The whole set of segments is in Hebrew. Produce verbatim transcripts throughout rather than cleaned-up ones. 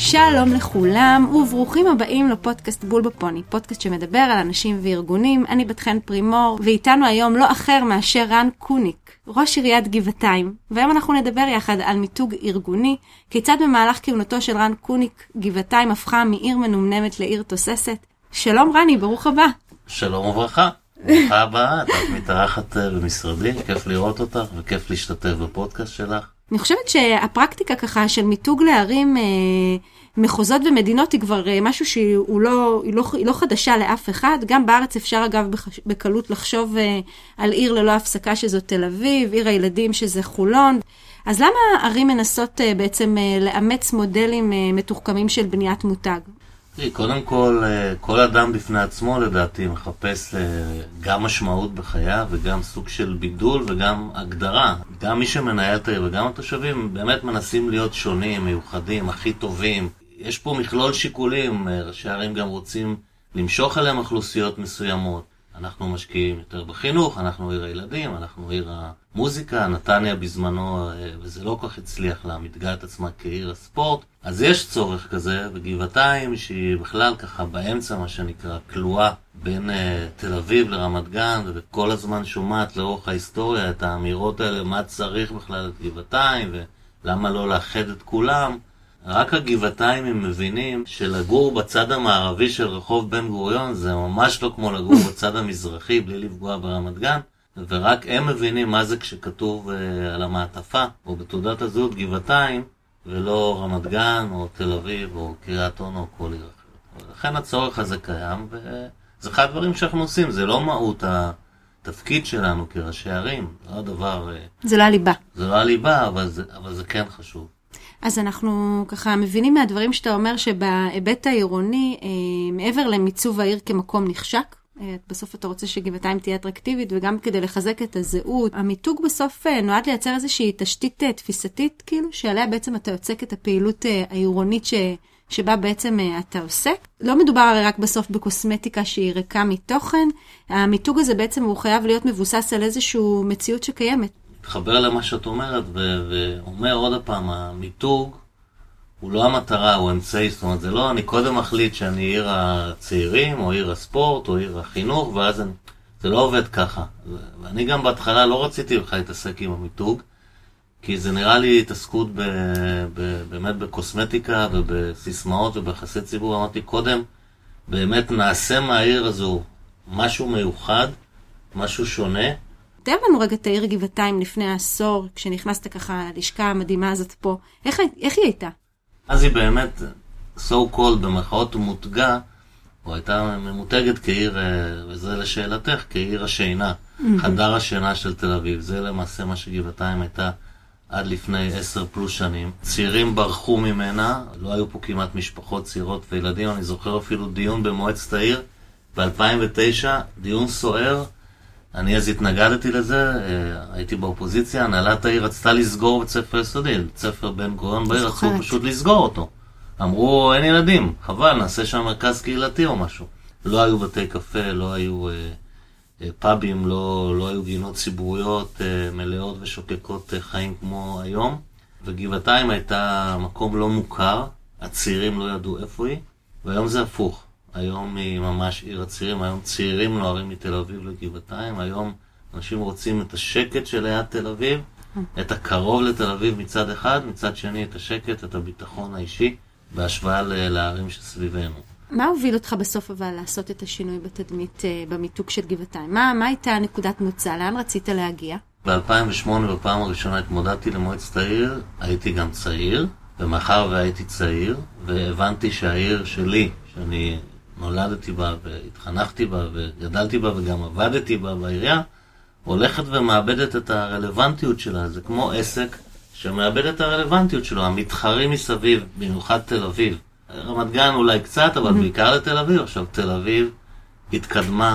שלום לכולם וברוכים הבאים לפודקאסט בול בפוני, פודקאסט שמדבר על אנשים וארגונים. אני בת חן פרימור, ואיתנו היום לא אחר מאשר רן קוניק, ראש עיריית גבעתיים, והיום אנחנו נדבר יחד על מיתוג ארגוני, כיצד במהלך כהונתו של רן קוניק גבעתיים הפכה מעיר מנומנמת לעיר תוססת. שלום רני, ברוך הבא. שלום וברכה, ברוכה הבאה, את מתארחת במשרדי, כיף לראות אותך וכיף להשתתף בפודקאסט שלך. אני חושבת שהפרקטיקה ככה של מיתוג לערים אה, מחוזות ומדינות היא כבר אה, משהו שהיא לא, היא לא, היא לא חדשה לאף אחד. גם בארץ אפשר אגב בחש, בקלות לחשוב אה, על עיר ללא הפסקה שזו תל אביב, עיר הילדים שזה חולון. אז למה ערים מנסות אה, בעצם אה, לאמץ מודלים אה, מתוחכמים של בניית מותג? קודם כל, כל אדם בפני עצמו לדעתי מחפש גם משמעות בחייו וגם סוג של בידול וגם הגדרה. גם מי שמנהל את העיר וגם התושבים באמת מנסים להיות שונים, מיוחדים, הכי טובים. יש פה מכלול שיקולים, ראשי הערים גם רוצים למשוך אליהם אוכלוסיות מסוימות. אנחנו משקיעים יותר בחינוך, אנחנו עיר הילדים, אנחנו עיר המוזיקה, נתניה בזמנו, וזה לא כך הצליח לה, מתגלה את עצמה כעיר הספורט. אז יש צורך כזה, וגבעתיים שהיא בכלל ככה באמצע מה שנקרא, כלואה בין uh, תל אביב לרמת גן, וכל הזמן שומעת לאורך ההיסטוריה את האמירות האלה, מה צריך בכלל את גבעתיים, ולמה לא לאחד את כולם. רק הגבעתיים הם מבינים שלגור בצד המערבי של רחוב בן גוריון זה ממש לא כמו לגור בצד המזרחי בלי לפגוע ברמת גן, ורק הם מבינים מה זה כשכתוב uh, על המעטפה או בתעודת הזהות גבעתיים ולא רמת גן או תל אביב או קריית אונו או כל עיר אחרת. לכן הצורך הזה קיים, וזה אחד הדברים שאנחנו עושים, זה לא מהות התפקיד שלנו כראשי ערים, זה לא הדבר... זה לא הליבה. זה לא הליבה, אבל זה, אבל זה כן חשוב. אז אנחנו ככה מבינים מהדברים שאתה אומר שבהיבט העירוני, מעבר למיצוב העיר כמקום נחשק, בסוף אתה רוצה שגבעתיים תהיה אטרקטיבית, וגם כדי לחזק את הזהות. המיתוג בסוף נועד לייצר איזושהי תשתית תפיסתית, כאילו, שעליה בעצם אתה יוצק את הפעילות העירונית ש... שבה בעצם אתה עוסק. לא מדובר הרי רק בסוף בקוסמטיקה שהיא ריקה מתוכן. המיתוג הזה בעצם הוא חייב להיות מבוסס על איזושהי מציאות שקיימת. תחבר למה שאת אומרת, ו... ואומר עוד הפעם, המיתוג הוא לא המטרה, הוא אמצעי, זאת אומרת, זה לא, אני קודם מחליט שאני עיר הצעירים, או עיר הספורט, או עיר החינוך, ואז אני, זה לא עובד ככה. ואני גם בהתחלה לא רציתי בכלל להתעסק עם המיתוג, כי זה נראה לי התעסקות ב, ב, באמת בקוסמטיקה, ובסיסמאות, וביחסי ציבור. אמרתי קודם, באמת נעשה מהעיר הזו משהו מיוחד, משהו שונה. תאר לנו רגע את העיר גבעתיים לפני העשור, כשנכנסת ככה ללשכה המדהימה הזאת פה. איך, איך היא הייתה? אז היא באמת, so called, במרכאות מותגה, או הייתה ממותגת כעיר, וזה לשאלתך, כעיר השינה, mm-hmm. חדר השינה של תל אביב. זה למעשה מה שגבעתיים הייתה עד לפני עשר פלוס שנים. צעירים ברחו ממנה, לא היו פה כמעט משפחות צעירות וילדים. אני זוכר אפילו דיון במועצת העיר, ב-אלפיים ותשע, דיון סוער. אני אז התנגדתי לזה, הייתי באופוזיציה, הנהלת העיר רצתה לסגור בית ספר יסודי, בית ספר בן גוריון בעיר, רצו פשוט לסגור אותו. אמרו, אין ילדים, חבל, נעשה שם מרכז קהילתי או משהו. לא היו בתי קפה, לא היו אה, אה, פאבים, לא, לא היו גינות ציבוריות אה, מלאות ושוקקות אה, חיים כמו היום. וגבעתיים הייתה מקום לא מוכר, הצעירים לא ידעו איפה היא, והיום זה הפוך. היום היא ממש עיר הצעירים, היום צעירים נוערים מתל אביב לגבעתיים, היום אנשים רוצים את השקט של ליד תל אביב, את הקרוב לתל אביב מצד אחד, מצד שני את השקט, את הביטחון האישי, בהשוואה לערים שסביבנו. מה הוביל אותך בסוף אבל לעשות את השינוי בתדמית במיתוג של גבעתיים? מה, מה הייתה נקודת מוצא? לאן רצית להגיע? ב-אלפיים ושמונה בפעם הראשונה התמודדתי למועצת העיר, הייתי גם צעיר, ומאחר והייתי צעיר, והבנתי שהעיר שלי, שאני נולדתי בה והתחנכתי בה וגדלתי בה וגם עבדתי בה בעירייה, הולכת ומאבדת את הרלוונטיות שלה. זה כמו עסק שמאבד את הרלוונטיות שלו. המתחרים מסביב, במיוחד תל אביב, רמת גן אולי קצת, אבל mm-hmm. בעיקר לתל אביב. עכשיו תל אביב התקדמה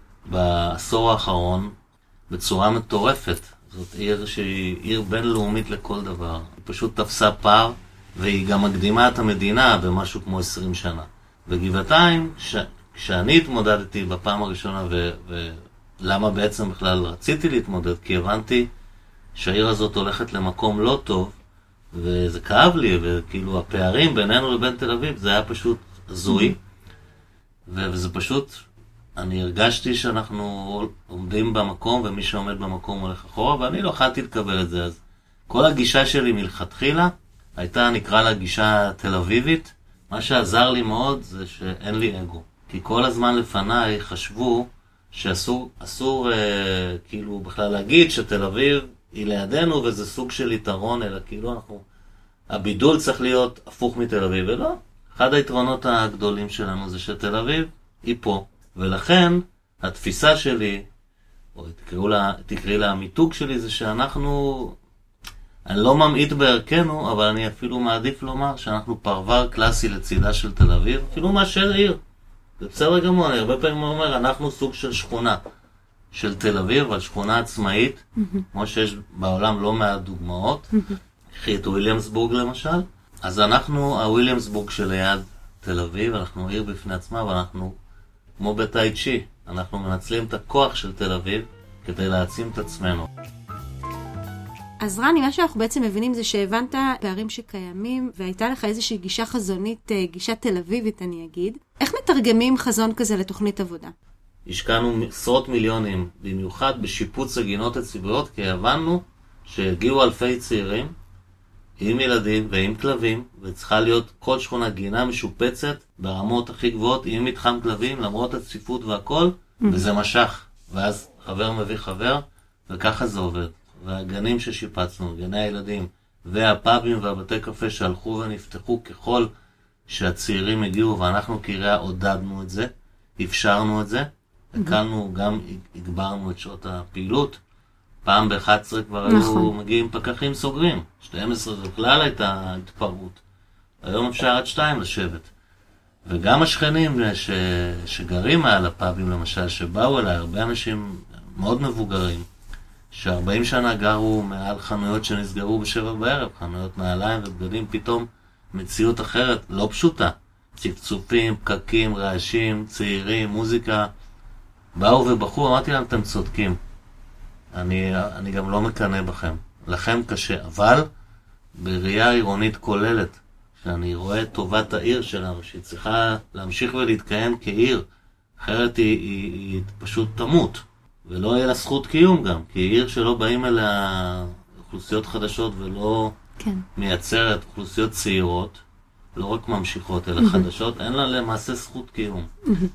בעשור האחרון בצורה מטורפת. זאת עיר שהיא עיר בינלאומית לכל דבר. היא פשוט תפסה פער, והיא גם מקדימה את המדינה במשהו כמו עשרים שנה. וגבעתיים, ש... כשאני התמודדתי בפעם הראשונה, ו... ולמה בעצם בכלל רציתי להתמודד, כי הבנתי שהעיר הזאת הולכת למקום לא טוב, וזה כאב לי, וכאילו הפערים בינינו לבין תל אביב, זה היה פשוט זוי, וזה פשוט, אני הרגשתי שאנחנו עומדים במקום, ומי שעומד במקום הולך אחורה, ואני לא יכולתי לקבל את זה, אז כל הגישה שלי מלכתחילה, הייתה נקרא לה גישה תל אביבית, מה שעזר לי מאוד זה שאין לי אגו, כי כל הזמן לפניי חשבו שאסור, אסור אה, כאילו בכלל להגיד שתל אביב היא לידינו, וזה סוג של יתרון, אלא כאילו אנחנו, הבידול צריך להיות הפוך מתל אביב, ולא. אחד היתרונות הגדולים שלנו זה שתל אביב היא פה, ולכן התפיסה שלי, או תקראו לה, תקראי לה המיתוג שלי, זה שאנחנו, אני לא ממעיט בערכנו, אבל אני אפילו מעדיף לומר שאנחנו פרבר קלאסי לצידה של תל אביב, אפילו מאשר עיר. זה בסדר גמור, אני הרבה פעמים אומר, אנחנו סוג של שכונה של תל אביב, אבל שכונה עצמאית, כמו שיש בעולם לא מעט דוגמאות. קחי את וויליאמסבורג למשל. אז אנחנו, הוויליאמסבורג שליד תל אביב, אנחנו עיר בפני עצמה, אבל אנחנו, כמו בטאי צ'י, אנחנו מנצלים את הכוח של תל אביב כדי להעצים את עצמנו. אז רני, מה שאנחנו בעצם מבינים זה שהבנת פערים שקיימים, והייתה לך איזושהי גישה חזונית, גישה תל אביבית אני אגיד. איך מתרגמים חזון כזה לתוכנית עבודה? השקענו עשרות מיליונים, במיוחד בשיפוץ הגינות הציבוריות, כי הבנו שהגיעו אלפי צעירים, עם ילדים ועם כלבים, וצריכה להיות כל שכונה גינה משופצת ברמות הכי גבוהות, עם מתחם כלבים, למרות הצפיפות והכל, וזה משך. ואז חבר מביא חבר, וככה זה עובד. והגנים ששיפצנו, גני הילדים, והפאבים והבתי קפה שהלכו ונפתחו ככל שהצעירים הגיעו, ואנחנו כעירייה עודדנו את זה, אפשרנו את זה, הקלנו, גם הגברנו את שעות הפעילות, פעם ב-אחת עשרה כבר היו מגיעים פקחים סוגרים, שתים עשרה זה כלל הייתה התפרעות, היום אפשר עד שתיים לשבת. וגם השכנים ש... שגרים מעל הפאבים למשל, שבאו אליי, הרבה אנשים מאוד מבוגרים, ש-ארבעים שנה גרו מעל חנויות שנסגרו בשבע בערב, חנויות נעליים ובגדים, פתאום מציאות אחרת, לא פשוטה. צפצופים, פקקים, רעשים, צעירים, מוזיקה. באו ובחרו, אמרתי להם, אתם צודקים. אני, אני גם לא מקנה בכם. לכם קשה, אבל בראייה עירונית כוללת, שאני רואה את טובת העיר שלנו, שהיא צריכה להמשיך ולהתקיים כעיר, אחרת היא, היא, היא פשוט תמות. ולא יהיה לה זכות קיום גם, כי עיר שלא באים אליה אוכלוסיות חדשות ולא כן. מייצרת אוכלוסיות צעירות, לא רק ממשיכות אלא חדשות, אין לה למעשה זכות קיום.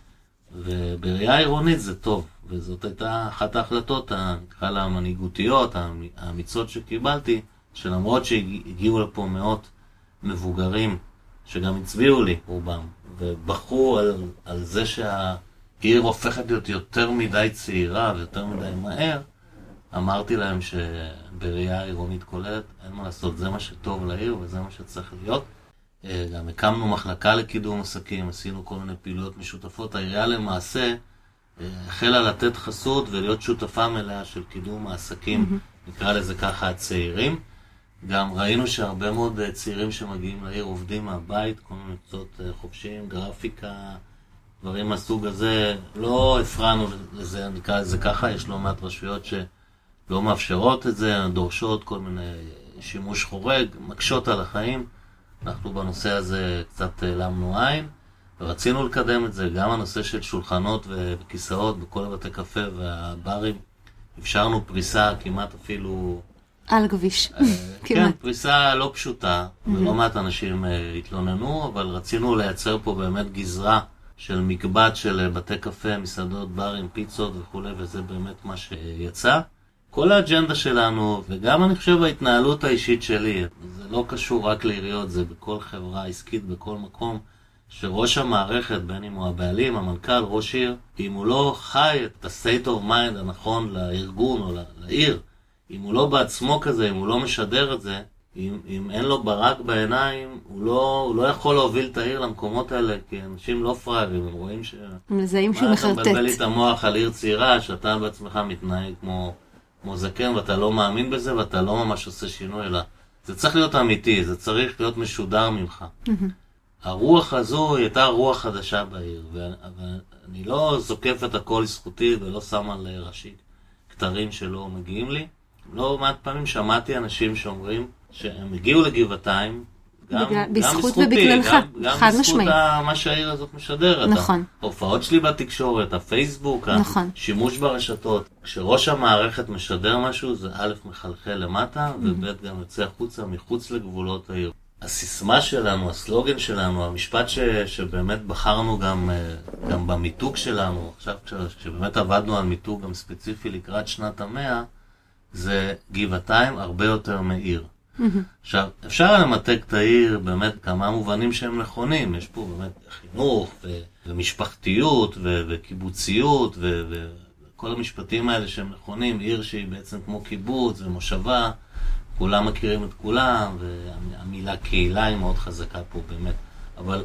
ובראייה עירונית זה טוב, וזאת הייתה אחת ההחלטות, נקרא לה המנהיגותיות, האמיצות שקיבלתי, שלמרות שהגיעו לפה מאות מבוגרים, שגם הצביעו לי רובם, ובחרו על, על זה שה... עיר הופכת להיות יותר מדי צעירה ויותר מדי מהר, אמרתי להם שבראייה עירונית כוללת, אין מה לעשות, זה מה שטוב לעיר וזה מה שצריך להיות. גם הקמנו מחלקה לקידום עסקים, עשינו כל מיני פעילויות משותפות. העירייה למעשה החלה לתת חסות ולהיות שותפה מלאה של קידום העסקים, נקרא לזה ככה הצעירים. גם ראינו שהרבה מאוד צעירים שמגיעים לעיר עובדים מהבית, כל מיני מקצועות חופשיים, גרפיקה, דברים מהסוג הזה, לא הפרענו לזה, נקרא לזה ככה, יש לא מעט רשויות שלא מאפשרות את זה, דורשות כל מיני שימוש חורג, מקשות על החיים. אנחנו בנושא הזה קצת העלמנו עין, ורצינו לקדם את זה, גם הנושא של שולחנות וכיסאות בכל הבתי קפה והברים, אפשרנו פריסה כמעט אפילו... על כביש. כן, פריסה לא פשוטה, ולא מעט אנשים התלוננו, אבל רצינו לייצר פה באמת גזרה, של מקבט של בתי קפה, מסעדות, ברים, פיצות וכו', וזה באמת מה שיצא. כל האג'נדה שלנו, וגם אני חושב ההתנהלות האישית שלי, זה לא קשור רק לעיריות, זה בכל חברה עסקית, בכל מקום, שראש המערכת, בין אם הוא הבעלים, המנכ"ל, ראש עיר, אם הוא לא חי את ה-state of mind הנכון לארגון או לעיר, אם הוא לא בעצמו כזה, אם הוא לא משדר את זה, אם, אם אין לו ברק בעיניים, הוא לא, הוא לא יכול להוביל את העיר למקומות האלה, כי אנשים לא פראיירים, הם רואים ש... מזהים שהוא מחרטט. אתה מבלבל לי את המוח על עיר צעירה, שאתה בעצמך מתנהג כמו, כמו זקן, ואתה לא מאמין בזה, ואתה לא ממש עושה שינוי, אלא זה צריך להיות אמיתי, זה צריך להיות משודר ממך. הרוח הזו היא הייתה רוח חדשה בעיר, ואני לא זוקף את הכל זכותי, ולא שם על ראשי כתרים שלא מגיעים לי. לא מעט פעמים שמעתי אנשים שאומרים, שהם הגיעו לגבעתיים, גם, בגלל, גם בזכות בזכותי, ובגללך, גם, גם חד בזכות משמעית. ה, מה שהעיר הזאת משדרת. נכון. ההופעות שלי בתקשורת, הפייסבוק, נכון. השימוש ברשתות. כשראש המערכת משדר משהו, זה א' מחלחל למטה, mm-hmm. וב' גם יוצא החוצה, מחוץ לגבולות העיר. הסיסמה שלנו, הסלוגן שלנו, המשפט ש, שבאמת בחרנו גם, גם במיתוג שלנו, עכשיו כשבאמת עבדנו על מיתוג גם ספציפי לקראת שנת המאה, זה גבעתיים הרבה יותר מעיר. Mm-hmm. עכשיו, אפשר למתק את העיר באמת כמה מובנים שהם נכונים, יש פה באמת חינוך ו- ומשפחתיות ו- וקיבוציות ו- וכל המשפטים האלה שהם נכונים, עיר שהיא בעצם כמו קיבוץ ומושבה, כולם מכירים את כולם, והמילה קהילה היא מאוד חזקה פה באמת, אבל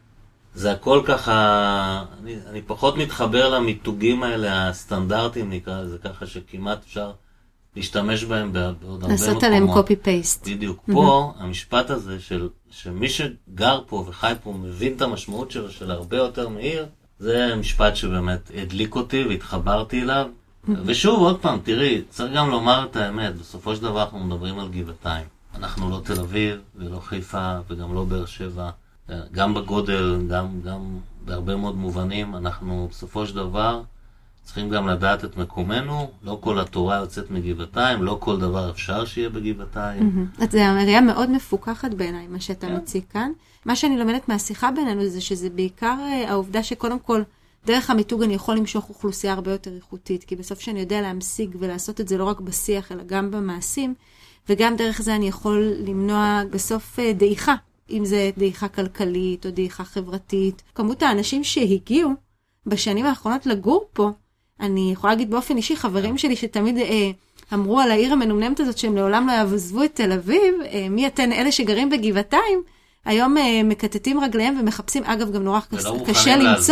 זה הכל ככה, אני, אני פחות מתחבר למיתוגים האלה, הסטנדרטיים נקרא לזה ככה, שכמעט אפשר להשתמש בהם בעוד הרבה מקומות. לעשות עליהם קופי פייסט. בדיוק. פה, המשפט הזה של, שמי שגר פה וחי פה מבין את המשמעות שלו, של הרבה יותר מהיר, זה משפט שבאמת הדליק אותי והתחברתי אליו. ושוב, עוד פעם, תראי, צריך גם לומר את האמת, בסופו של דבר אנחנו מדברים על גבעתיים. אנחנו לא תל אביב ולא חיפה וגם לא באר שבע. גם בגודל, גם, גם בהרבה מאוד מובנים, אנחנו בסופו של דבר צריכים גם לדעת את מקומנו, לא כל התורה יוצאת מגבעתיים, לא כל דבר אפשר שיהיה בגבעתיים. אז זה ראייה מאוד מפוקחת בעיניי, מה שאתה מציג כאן. מה שאני לומדת מהשיחה בינינו זה שזה בעיקר העובדה שקודם כל, דרך המיתוג אני יכול למשוך אוכלוסייה הרבה יותר איכותית, כי בסוף שאני יודע להמשיג ולעשות את זה לא רק בשיח, אלא גם במעשים, וגם דרך זה אני יכול למנוע בסוף דעיכה, אם זה דעיכה כלכלית או דעיכה חברתית. כמות האנשים שהגיעו בשנים האחרונות לגור פה, אני יכולה להגיד באופן אישי, חברים שלי שתמיד אה, אמרו על העיר המנומנמת הזאת שהם לעולם לא יעזבו את תל אביב, אה, מי אתן אלה שגרים בגבעתיים, היום אה, מקטטים רגליהם ומחפשים, אגב גם נורא קשה למצוא.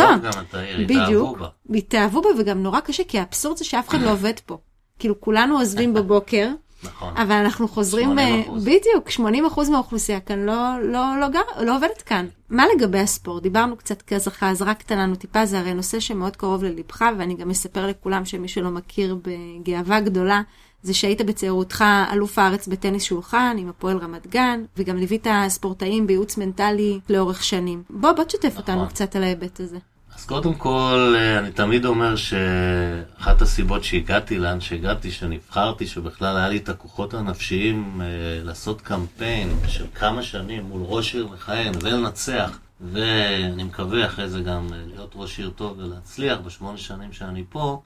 בדיוק, התאהבו בה וגם נורא קשה, כי האבסורד זה שאף אחד לא עובד פה. כאילו כולנו עוזבים בבוקר, נכון. אבל אנחנו חוזרים, שמונים אחוז. בדיוק, שמונים אחוז מהאוכלוסייה כאן לא, לא, לא, גר, לא עובדת כאן. מה לגבי הספורט? דיברנו קצת כזכה, זרקת לנו טיפה, זה הרי נושא שמאוד קרוב ללבך, ואני גם אספר לכולם שמי שלא מכיר בגאווה גדולה, זה שהיית בצעירותך אלוף הארץ בטניס שולחן, עם הפועל רמת גן, וגם ליווית ספורטאים בייעוץ מנטלי לאורך שנים. בוא, בוא תשתף נכון. אותנו קצת על ההיבט הזה. אז קודם כל, אני תמיד אומר שאחת הסיבות שהגעתי לאן שהגעתי, שנבחרתי, שבכלל היה לי את הכוחות הנפשיים לעשות קמפיין של כמה שנים מול ראש עיר מכהן ולנצח, ואני מקווה אחרי זה גם להיות ראש עיר טוב ולהצליח בשמונה שנים שאני פה,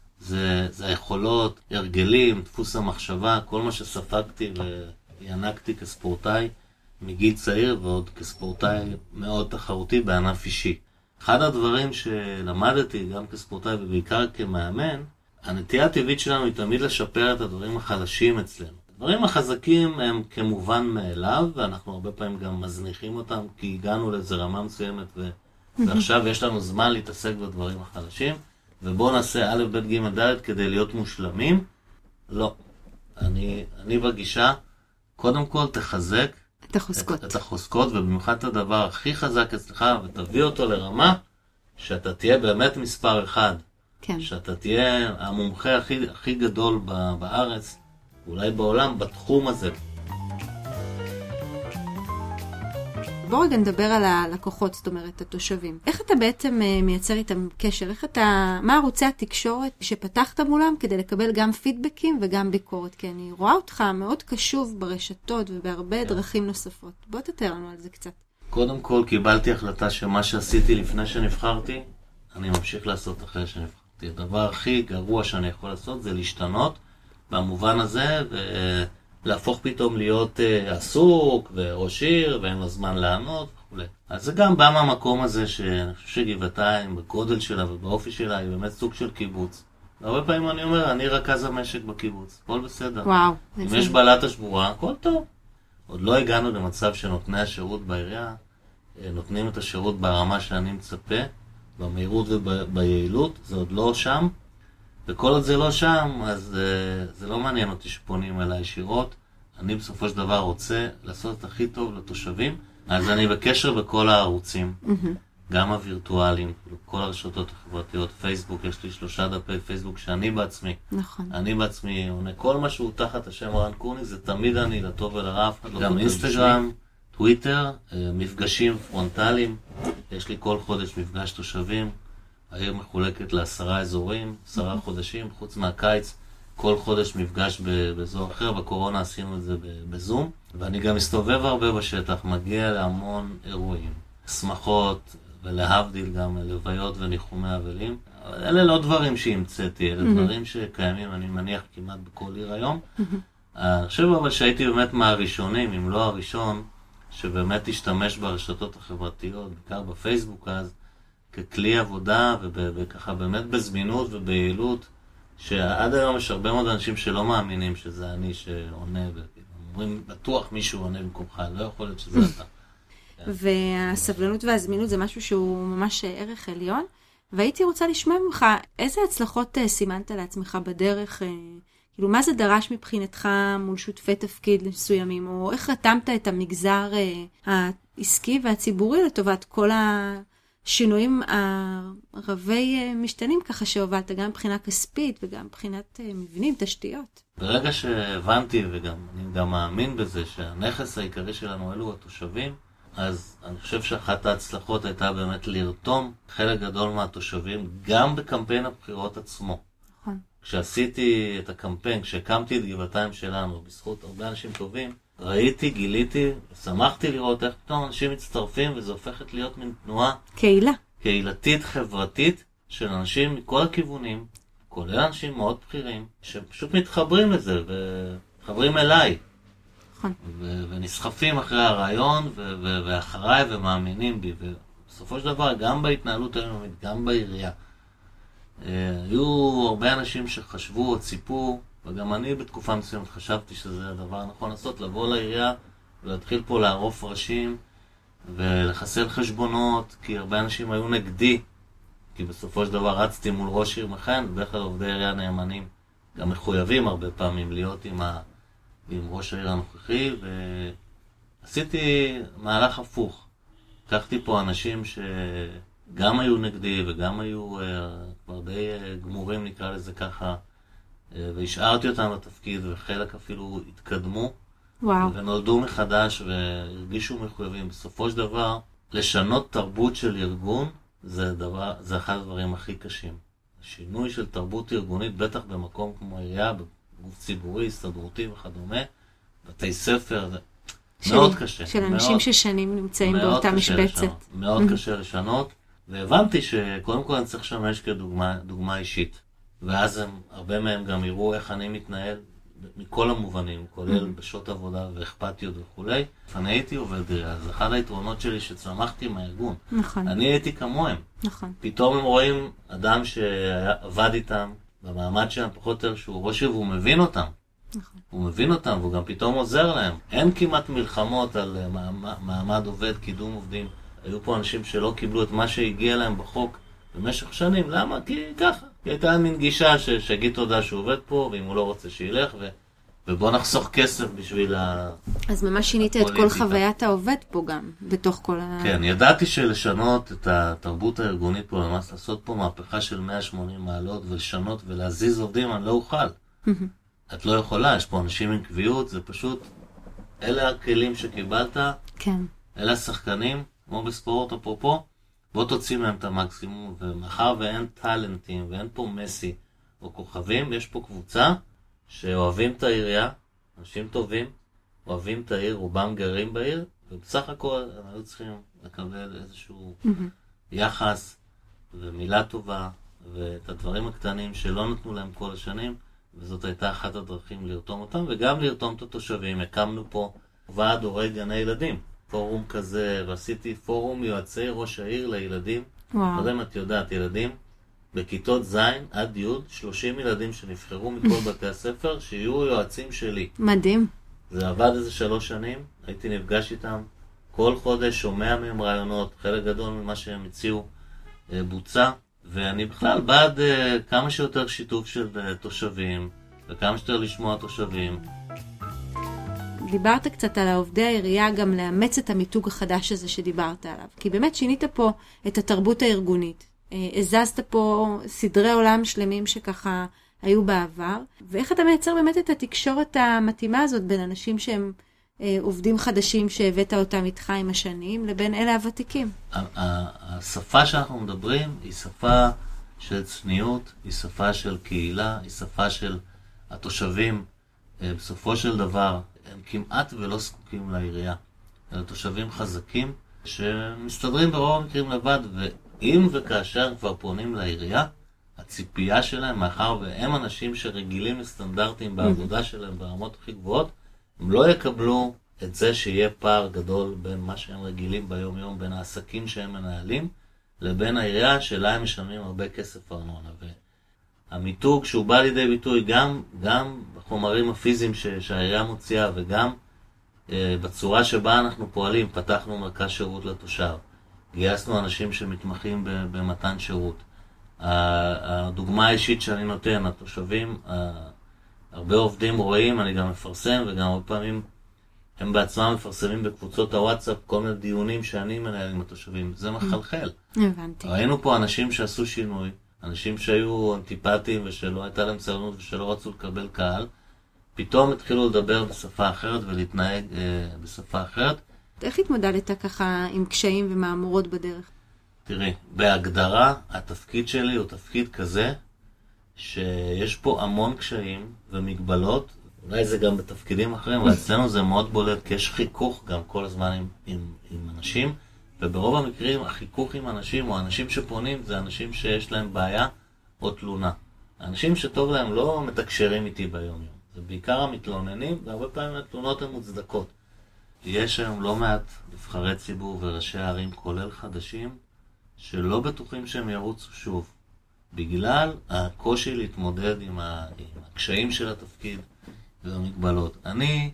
זה, זה היכולות, הרגלים, דפוס המחשבה, כל מה שספגתי וינקתי כספורטאי מגיל צעיר ועוד כספורטאי מאוד תחרותי בענף אישי. אחד הדברים שלמדתי גם כספורטאי ובעיקר כמאמן, הנטייה הטבעית שלנו היא תמיד לשפר את הדברים החלשים אצלנו. הדברים החזקים הם כמובן מאליו, ואנחנו הרבה פעמים גם מזניחים אותם, כי הגענו לאיזו רמה מסוימת, ו... ועכשיו יש לנו זמן להתעסק בדברים החלשים, ובואו נעשה א', ב', ג', ד' כדי להיות מושלמים. לא. אני, אני בגישה, קודם כל תחזק את החוזקות. את, את החוזקות, ובמיוחד את הדבר הכי חזק אצלך, ותביא אותו לרמה שאתה תהיה באמת מספר אחד. כן. שאתה תהיה המומחה הכי, הכי גדול בארץ, אולי בעולם, בתחום הזה. בואו רגע נדבר על הלקוחות, זאת אומרת, התושבים. איך אתה בעצם מייצר איתם קשר? איך אתה, מה ערוצי התקשורת שפתחת מולם כדי לקבל גם פידבקים וגם ביקורת? כי אני רואה אותך מאוד קשוב ברשתות ובהרבה yeah. דרכים נוספות. בוא תתאר לנו על זה קצת. קודם כל קיבלתי החלטה שמה שעשיתי לפני שנבחרתי, אני ממשיך לעשות אחרי שנבחרתי. הדבר הכי גרוע שאני יכול לעשות זה להשתנות במובן הזה, ו... להפוך פתאום להיות uh, עסוק וראש עיר ואין לו זמן לענות וכו'. אז זה גם בא מהמקום הזה שאני חושב שגבעתיים בגודל שלה ובאופי שלה היא באמת סוג של קיבוץ. הרבה פעמים אני אומר, אני רכז המשק בקיבוץ, הכל בסדר. וואו. אם יש בלטה שבורה, הכל טוב. עוד לא הגענו למצב שנותני השירות בעירייה נותנים את השירות ברמה שאני מצפה, במהירות וביעילות, זה עוד לא שם. וכל עוד זה לא שם, אז uh, זה לא מעניין אותי שפונים אליי ישירות. אני בסופו של דבר רוצה לעשות את הכי טוב לתושבים, אז אני בקשר בכל הערוצים. גם הווירטואליים, כל הרשתות החברתיות, פייסבוק, יש לי שלושה דפי פייסבוק שאני בעצמי. נכון. אני בעצמי עונה כל מה שהוא תחת השם רן קוניק, זה תמיד אני, לטוב ולרע, גם אינסטגרם, טוויטר, מפגשים פרונטליים, יש לי כל חודש מפגש תושבים, העיר מחולקת לעשרה אזורים, עשרה חודשים, חוץ מהקיץ, כל חודש מפגש באזור אחר, בקורונה עשינו את זה בזום, ואני גם מסתובב הרבה בשטח, מגיע להמון אירועים, שמחות, ולהבדיל גם לוויות וניחומי אבלים. אלה לא דברים שהמצאתי, אלה דברים שקיימים, אני מניח, כמעט בכל עיר היום. אני חושב אבל שהייתי באמת מהראשונים, אם לא הראשון, שבאמת השתמש ברשתות החברתיות, בעיקר בפייסבוק אז, ככלי עבודה, וככה באמת בזמינות וביעילות, שעד היום יש הרבה מאוד אנשים שלא מאמינים שזה אני שעונה, ואומרים, בטוח מישהו עונה במקומך, לא יכול להיות שזה אתה. והסבלנות והזמינות זה משהו שהוא ממש ערך עליון, והייתי רוצה לשמוע ממך איזה הצלחות סימנת לעצמך בדרך, כאילו מה זה דרש מבחינתך מול שותפי תפקיד מסוימים, או איך רתמת את המגזר העסקי והציבורי לטובת כל השינויים הרבי משתנים ככה שהובלת, גם מבחינה כספית וגם מבחינת מבנים, תשתיות. ברגע שהבנתי וגם אני גם מאמין בזה שהנכס העיקרי שלנו אלו התושבים, אז אני חושב שאחת ההצלחות הייתה באמת לרתום חלק גדול מהתושבים, גם בקמפיין הבחירות עצמו. נכון. כשעשיתי את הקמפיין, כשהקמתי את גבעתיים שלנו, בזכות הרבה אנשים טובים, ראיתי, גיליתי, שמחתי לראות איך פתאום אנשים מצטרפים, וזה הופכת להיות מין תנועה קהילה. קהילתית, חברתית, של אנשים מכל הכיוונים, כולל אנשים מאוד בכירים, שפשוט מתחברים לזה, ומתחברים אליי. ו- ונסחפים אחרי הרעיון ו- ו- ואחריי ומאמינים בי, ובסופו של דבר גם בהתנהלות היומית, גם בעירייה היו הרבה אנשים שחשבו או ציפו, וגם אני בתקופה מסוימת חשבתי שזה הדבר הנכון לעשות, לבוא לעירייה ולהתחיל פה לערוף ראשים ולחסל חשבונות, כי הרבה אנשים היו נגדי, כי בסופו של דבר רצתי מול ראש עיר מכהן, ובדרך כלל עובדי עירייה נאמנים גם מחויבים הרבה פעמים להיות עם ה... עם ראש העיר הנוכחי, ועשיתי מהלך הפוך. לקחתי פה אנשים שגם היו נגדי וגם היו כבר די גמורים, נקרא לזה ככה, והשארתי אותם בתפקיד, וחלק אפילו התקדמו. וואו. ונולדו מחדש והרגישו מחויבים. בסופו של דבר, לשנות תרבות של ארגון, זה, דבר, זה אחד הדברים הכי קשים. שינוי של תרבות ארגונית, בטח במקום כמו העירייה, גוף ציבורי, הסתדרותי וכדומה, בתי ספר, זה של, מאוד קשה. של אנשים מאוד, ששנים נמצאים באותה משבצת. לשנות, מאוד קשה לשנות, והבנתי שקודם כל אני צריך לשמש כדוגמה דוגמה אישית, ואז הם, הרבה מהם גם יראו איך אני מתנהל מכל המובנים, כולל בשעות עבודה ואכפתיות וכולי. אני הייתי עובד עירייה, אז אחד היתרונות שלי שצמחתי מהארגון. נכון. אני הייתי כמוהם. נכון. פתאום הם רואים אדם שעבד איתם, במעמד שלהם פחות או יותר שהוא ראש עיר, והוא מבין אותם. נכון. הוא מבין אותם, והוא גם פתאום עוזר להם. אין כמעט מלחמות על מעמד עובד, קידום עובדים. היו פה אנשים שלא קיבלו את מה שהגיע להם בחוק במשך שנים. למה? כי ככה. כי הייתה מין גישה שיגיד תודה שהוא עובד פה, ואם הוא לא רוצה שילך, ו... ובוא נחסוך כסף בשביל ה... אז ממש שינית את כל חוויית העובד פה גם, בתוך כל ה... כן, ידעתי שלשנות את התרבות הארגונית פה, ממש לעשות פה מהפכה של מאה ושמונים מעלות, ולשנות ולהזיז עובדים, אני לא אוכל. את לא יכולה, יש פה אנשים עם קביעות, זה פשוט, אלה הכלים שקיבלת, כן. אלה השחקנים, כמו בספורט אפרופו, בוא תוציא מהם את המקסימום, ומאחר ואין טלנטים, ואין פה מסי או כוכבים, יש פה קבוצה שאוהבים את העירייה, אנשים טובים, אוהבים את העיר, רובם גרים בעיר, ובסך הכל הם היו צריכים לקבל איזשהו mm-hmm. יחס ומילה טובה, ואת הדברים הקטנים שלא נתנו להם כל השנים, וזאת הייתה אחת הדרכים לרתום אותם, וגם לרתום את התושבים. הקמנו פה ועד הורי גני ילדים, פורום כזה, ועשיתי פורום יועצי ראש העיר לילדים. וואו. לא יודע אם את יודעת, ילדים בכיתות זין עד י' שלושים ילדים שנבחרו מכל בתי הספר, שיהיו יועצים שלי. מדהים. זה עבד איזה שלוש שנים, הייתי נפגש איתם, כל חודש שומע מהם רעיונות, חלק גדול ממה שהם הציעו בוצע, ואני בכלל בעד כמה שיותר שיתוף של תושבים, וכמה שיותר לשמוע תושבים. דיברת קצת על העובדי העירייה, גם לאמץ את המיתוג החדש הזה שדיברת עליו. כי באמת שינית פה את התרבות הארגונית. הזזת פה סדרי עולם שלמים שככה היו בעבר. ואיך אתה מייצר באמת את התקשורת המתאימה הזאת בין אנשים שהם עובדים חדשים שהבאת אותם איתך עם השנים, לבין אלה הוותיקים? השפה שאנחנו מדברים היא שפה של צניעות, היא שפה של קהילה, היא שפה של התושבים. בסופו של דבר הם כמעט ולא זקוקים לעירייה. אלה תושבים חזקים שמסתדרים ברוב המקרים לבד, ואם וכאשר כבר פונים לעירייה, הציפייה שלהם, מאחר והם אנשים שרגילים לסטנדרטים בעבודה שלהם ברמות הכי גבוהות, הם לא יקבלו את זה שיהיה פער גדול בין מה שהם רגילים ביום יום, בין העסקים שהם מנהלים, לבין העירייה שלה הם משלמים הרבה כסף ארנונה. והמיתוג שהוא בא לידי ביטוי גם, גם בחומרים הפיזיים ש, שהעירייה מוציאה, וגם אה, בצורה שבה אנחנו פועלים. פתחנו מרכז שירות לתושב, גייסנו אנשים שמתמחים במתן שירות. הדוגמה האישית שאני נותן, התושבים, הרבה עובדים רואים, אני גם מפרסם, וגם הרבה פעמים הם בעצמם מפרסמים בקבוצות הוואטסאפ כל מיני דיונים שאני מנהל עם התושבים. זה מחלחל. הבנתי. ראינו פה אנשים שעשו שינוי, אנשים שהיו אנטיפטיים ושלא הייתה להם סבלנות ושלא רצו לקבל קהל, פתאום התחילו לדבר בשפה אחרת ולהתנהג אה, בשפה אחרת. איך התמודדת ככה עם קשיים ומאמורות בדרך? תראי, בהגדרה התפקיד שלי הוא תפקיד כזה שיש פה המון קשיים ומגבלות, אולי זה גם בתפקידים אחרים, אבל אצלנו זה מאוד בולט כי יש חיכוך גם כל הזמן עם, עם, עם אנשים, וברוב המקרים החיכוך עם אנשים או אנשים שפונים זה אנשים שיש להם בעיה או תלונה. האנשים שטוב להם לא מתקשרים איתי ביום יום, זה בעיקר המתלוננים, והרבה פעמים התלונות הן מוצדקות. יש היום לא מעט נבחרי ציבור וראשי ערים כולל חדשים שלא בטוחים שהם ירוצו שוב, בגלל הקושי להתמודד עם, ה... עם הקשיים של התפקיד והמגבלות. אני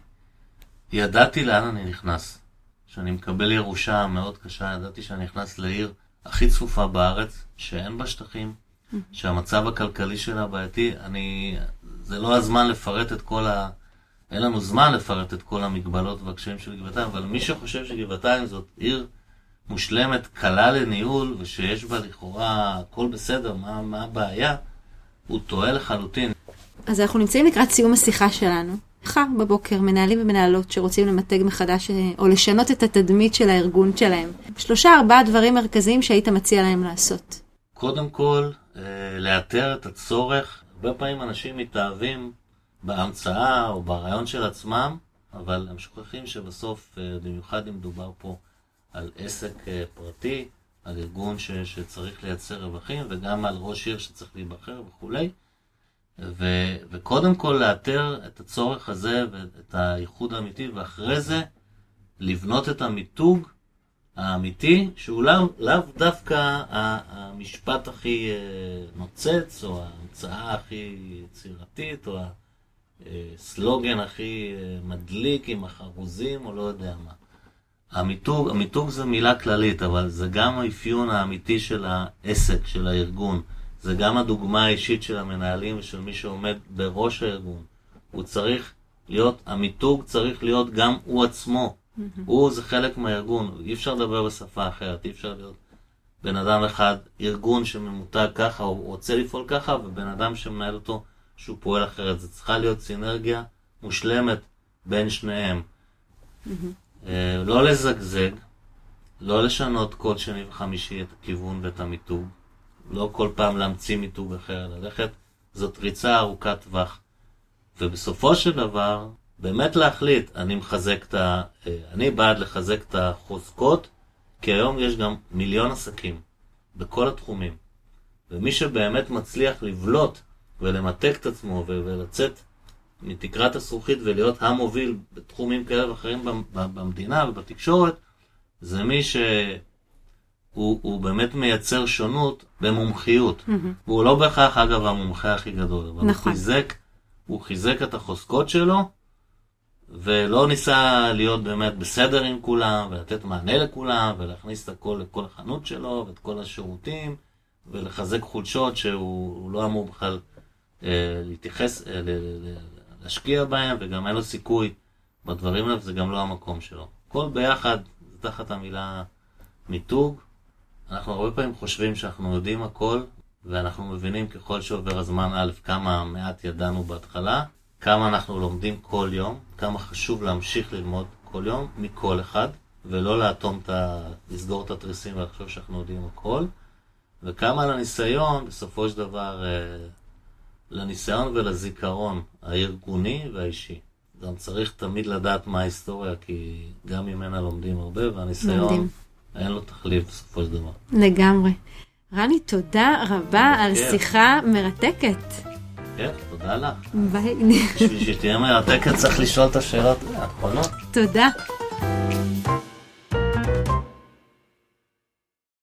ידעתי לאן אני נכנס. שאני מקבל ירושה מאוד קשה, ידעתי שאני נכנס לעיר הכי צפופה בארץ, שאין בה שטחים, שהמצב הכלכלי שלה בעייתי. אני... זה לא הזמן לפרט את כל ה... אין לנו זמן לפרט את כל המגבלות והקשיים של גבעתיים, אבל מי שחושב שגבעתיים זאת עיר מושלמת, קלה לניהול, ושיש בה לכאורה הכל בסדר, מה, מה הבעיה, הוא טועה לחלוטין. אז אנחנו נמצאים לקראת סיום השיחה שלנו. מחר בבוקר מנהלים ומנהלות שרוצים למתג מחדש או לשנות את התדמית של הארגון שלהם. שלושה ארבעה דברים מרכזיים שהיית מציע להם לעשות. קודם כל, לאתר את הצורך. הרבה פעמים אנשים מתאהבים בהמצאה או ברעיון של עצמם, אבל הם שוכחים שבסוף, במיוחד אם מדובר פה על עסק פרטי, על ארגון ש, שצריך לייצר רווחים, וגם על ראש עיר שצריך להיבחר וכולי. ו, וקודם כל לאתר את הצורך הזה ואת הייחוד האמיתי, ואחרי זה לבנות את המיתוג האמיתי, שהוא לאו, לאו דווקא המשפט הכי נוצץ, או ההמצאה הכי יצירתית, או הסלוגן הכי מדליק עם החרוזים, או לא יודע מה. המיתוג, המיתוג זה מילה כללית, אבל זה גם האפיון האמיתי של העסק, של הארגון. זה גם הדוגמה האישית של המנהלים ושל מי שעומד בראש הארגון. הוא צריך להיות, המיתוג צריך להיות גם הוא עצמו. Mm-hmm. הוא זה חלק מהארגון. אי אפשר לדבר בשפה אחרת, אי אפשר להיות בן אדם אחד, ארגון שממותג ככה, הוא רוצה לפעול ככה, ובן אדם שמנהל אותו שהוא פועל אחרת. זה צריכה להיות סינרגיה מושלמת בין שניהם. Mm-hmm. לא לזגזג, לא לשנות כל שני וחמישי את הכיוון ואת המיתוג, לא כל פעם להמציא מיתוג אחר, ללכת, זאת ריצה ארוכת טווח. ובסופו של דבר, באמת להחליט, אני מחזק את ה... אני בעד לחזק את החוזקות, כי היום יש גם מיליון עסקים, בכל התחומים. ומי שבאמת מצליח לבלוט ולמתק את עצמו ולצאת מתקרת הזכוכית ולהיות המוביל בתחומים כאלה ואחרים במדינה ובתקשורת, זה מי שהוא הוא באמת מייצר שונות במומחיות. Mm-hmm. והוא לא בהכרח אגב המומחה הכי גדול, אבל נכון. הוא חיזק, הוא חיזק את החוזקות שלו, ולא ניסה להיות באמת בסדר עם כולם, ולתת מענה לכולם, ולהכניס את הכל לכל החנות שלו, ואת כל השירותים, ולחזק חולשות שהוא לא אמור בכלל אה, להתייחס, אה, ל, ל, להשקיע בהם, וגם אין לו סיכוי בדברים האלה, זה גם לא המקום שלו. הכל ביחד, זה תחת המילה מיתוג. אנחנו הרבה פעמים חושבים שאנחנו יודעים הכל, ואנחנו מבינים ככל שעובר הזמן א', כמה מעט ידענו בהתחלה, כמה אנחנו לומדים כל יום, כמה חשוב להמשיך ללמוד כל יום מכל אחד, ולא לאטום את ה... לסגור את התריסים ולחשוב שאנחנו יודעים הכל, וכמה לניסיון, בסופו של דבר, לניסיון ולזיכרון הארגוני והאישי. גם צריך תמיד לדעת מה ההיסטוריה, כי גם ממנה לומדים הרבה, והניסיון לומדים. אין לו תחליף בסופו של דבר. לגמרי. רני, תודה רבה על שיחה מרתקת. כן, תודה לך. ביי. בשביל שתהיה מרתקת צריך לשאול את השאלות האחרונות. תודה.